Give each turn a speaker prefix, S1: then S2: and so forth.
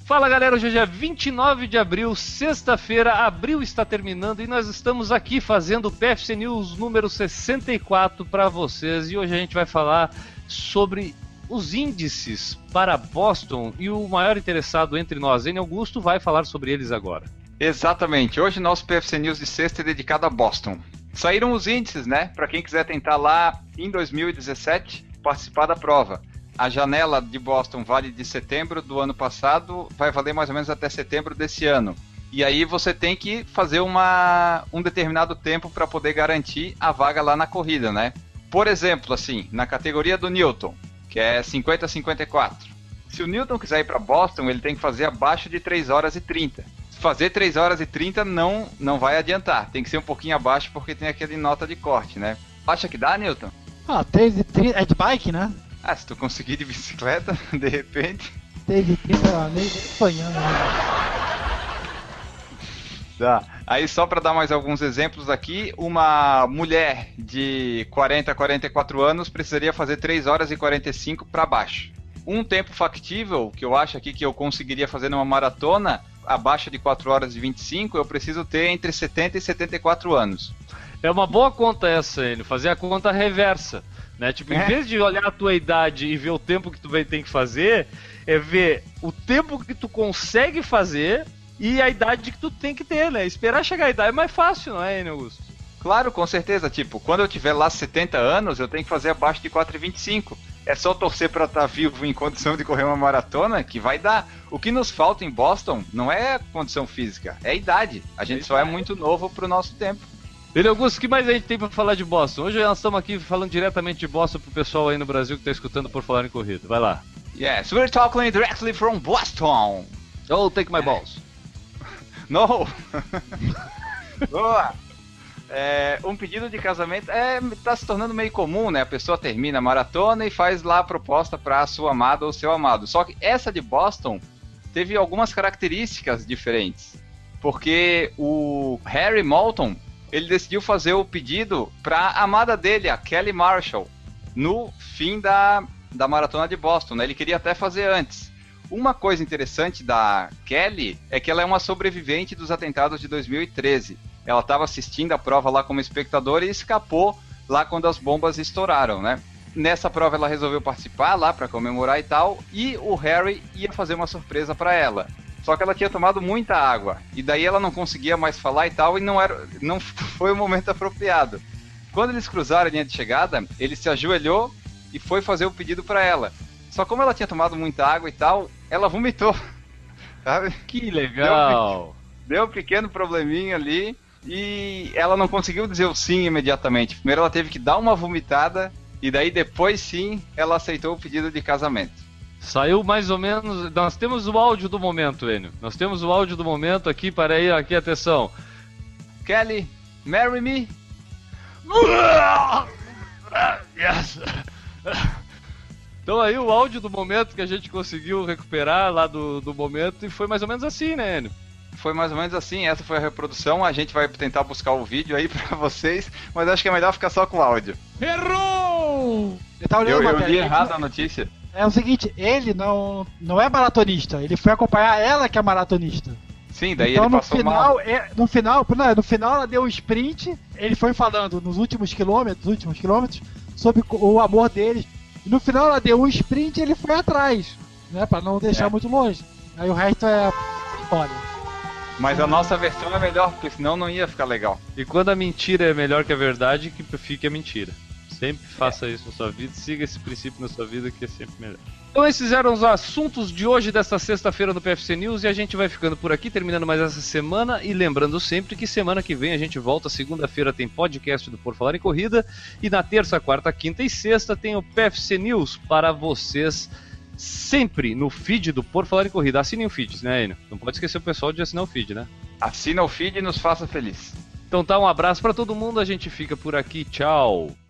S1: Fala galera, hoje é dia 29 de abril, sexta-feira, abril está terminando e nós estamos aqui fazendo o PFC News número 64 para vocês. E hoje a gente vai falar sobre os índices para Boston e o maior interessado entre nós, Enio Augusto, vai falar sobre eles agora.
S2: Exatamente, hoje nosso PFC News de sexta é dedicado a Boston. Saíram os índices, né, para quem quiser tentar lá em 2017 participar da prova. A janela de Boston vale de setembro do ano passado, vai valer mais ou menos até setembro desse ano. E aí você tem que fazer um determinado tempo para poder garantir a vaga lá na corrida, né? Por exemplo, assim, na categoria do Newton, que é 50-54. Se o Newton quiser ir para Boston, ele tem que fazer abaixo de 3 horas e 30. Fazer 3 horas e 30 não vai adiantar, tem que ser um pouquinho abaixo porque tem aquele nota de corte, né? Acha que dá, Newton?
S3: 3 e 30 é de bike, né?
S2: Se tu conseguir de bicicleta, de repente...
S3: 3 e 30 nem sonhando, né?
S2: Tá. Aí só para dar mais alguns exemplos aqui, uma mulher de 40 a 44 anos precisaria fazer 3 horas e 45 para baixo. Um tempo factível, que eu acho aqui que eu conseguiria fazer numa maratona, abaixo de 4 horas e 25, eu preciso ter entre 70 e 74 anos.
S1: É uma boa conta essa, Enio, fazer a conta reversa. Né? Tipo, em vez de olhar a tua idade e ver o tempo que tu vai ter que fazer, é ver o tempo que tu consegue fazer e a idade que tu tem que ter, né? Esperar chegar a idade é mais fácil, não é, Enio Augusto?
S2: Claro, com certeza. Tipo, quando eu tiver lá 70 anos, eu tenho que fazer abaixo de 4,25. É só torcer para estar vivo em condição de correr uma maratona que vai dar. O que nos falta em Boston não é condição física, é idade. A gente só é muito novo pro nosso tempo.
S1: Enio Augusto, o que mais a gente tem para falar de Boston? Hoje nós estamos aqui falando diretamente de Boston pro pessoal aí no Brasil que está escutando por falar em corrida. Vai lá.
S2: Yes, we're talking directly from Boston.
S1: Oh, take my balls.
S2: No. Boa. Um pedido de casamento tá se tornando meio comum, né? A pessoa termina a maratona e faz lá a proposta para sua amada ou seu amado. Só que essa de Boston teve algumas características diferentes. Porque o Harry Moulton, ele decidiu fazer o pedido para a amada dele, a Kelly Marshall, no fim da maratona de Boston, né? Ele queria até fazer antes. Uma coisa interessante da Kelly é que ela é uma sobrevivente dos atentados de 2013. Ela estava assistindo a prova lá como espectadora e escapou lá quando as bombas estouraram, né? Nessa prova ela resolveu participar lá para comemorar e tal, e o Harry ia fazer uma surpresa para ela. Só que ela tinha tomado muita água, e daí ela não conseguia mais falar e tal, e não foi o momento apropriado. Quando eles cruzaram a linha de chegada, ele se ajoelhou e foi fazer o pedido para ela. Só como ela tinha tomado muita água e tal, ela vomitou. Sabe?
S1: Que legal!
S2: Deu um pequeno probleminha ali, e ela não conseguiu dizer o sim imediatamente. Primeiro ela teve que dar uma vomitada, e daí depois sim, ela aceitou o pedido de casamento.
S1: Saiu mais ou menos... Nós temos o áudio do momento, Enio. Nós temos o áudio do momento aqui, para aí, aqui, atenção.
S2: Kelly, marry me?
S1: Yes. Então aí o áudio do momento que a gente conseguiu recuperar lá do momento, e foi mais ou menos assim, né, Enio?
S2: Foi mais ou menos assim, essa foi a reprodução. A gente vai tentar buscar o vídeo aí pra vocês, mas acho que é melhor ficar só com o áudio.
S3: Errou!
S2: Eu li errado a notícia.
S3: É o seguinte, ele não é maratonista, ele foi acompanhar ela que é maratonista.
S2: Sim, daí
S3: então,
S2: ele passou mal.
S3: No final ela deu um sprint, ele foi falando nos últimos quilômetros, sobre o amor deles. E no final ela deu um sprint e ele foi atrás, né, pra não deixar muito longe. Aí o resto é spoiler.
S2: Mas a nossa versão é melhor, porque senão não ia ficar legal.
S1: E quando a mentira é melhor que a verdade, que fique a mentira. Sempre faça isso na sua vida, siga esse princípio na sua vida que é sempre melhor. Então esses eram os assuntos de hoje, desta sexta-feira no PFC News, e a gente vai ficando por aqui, terminando mais essa semana, e lembrando sempre que semana que vem a gente volta, segunda-feira tem podcast do Por Falar em Corrida, e na terça, quarta, quinta e sexta tem o PFC News para vocês, sempre no feed do Por Falar em Corrida. Assinem o feed, né, Enio? Não pode esquecer o pessoal de assinar o feed, né?
S2: Assina o feed e nos faça feliz.
S1: Então tá, um abraço para todo mundo, a gente fica por aqui, tchau!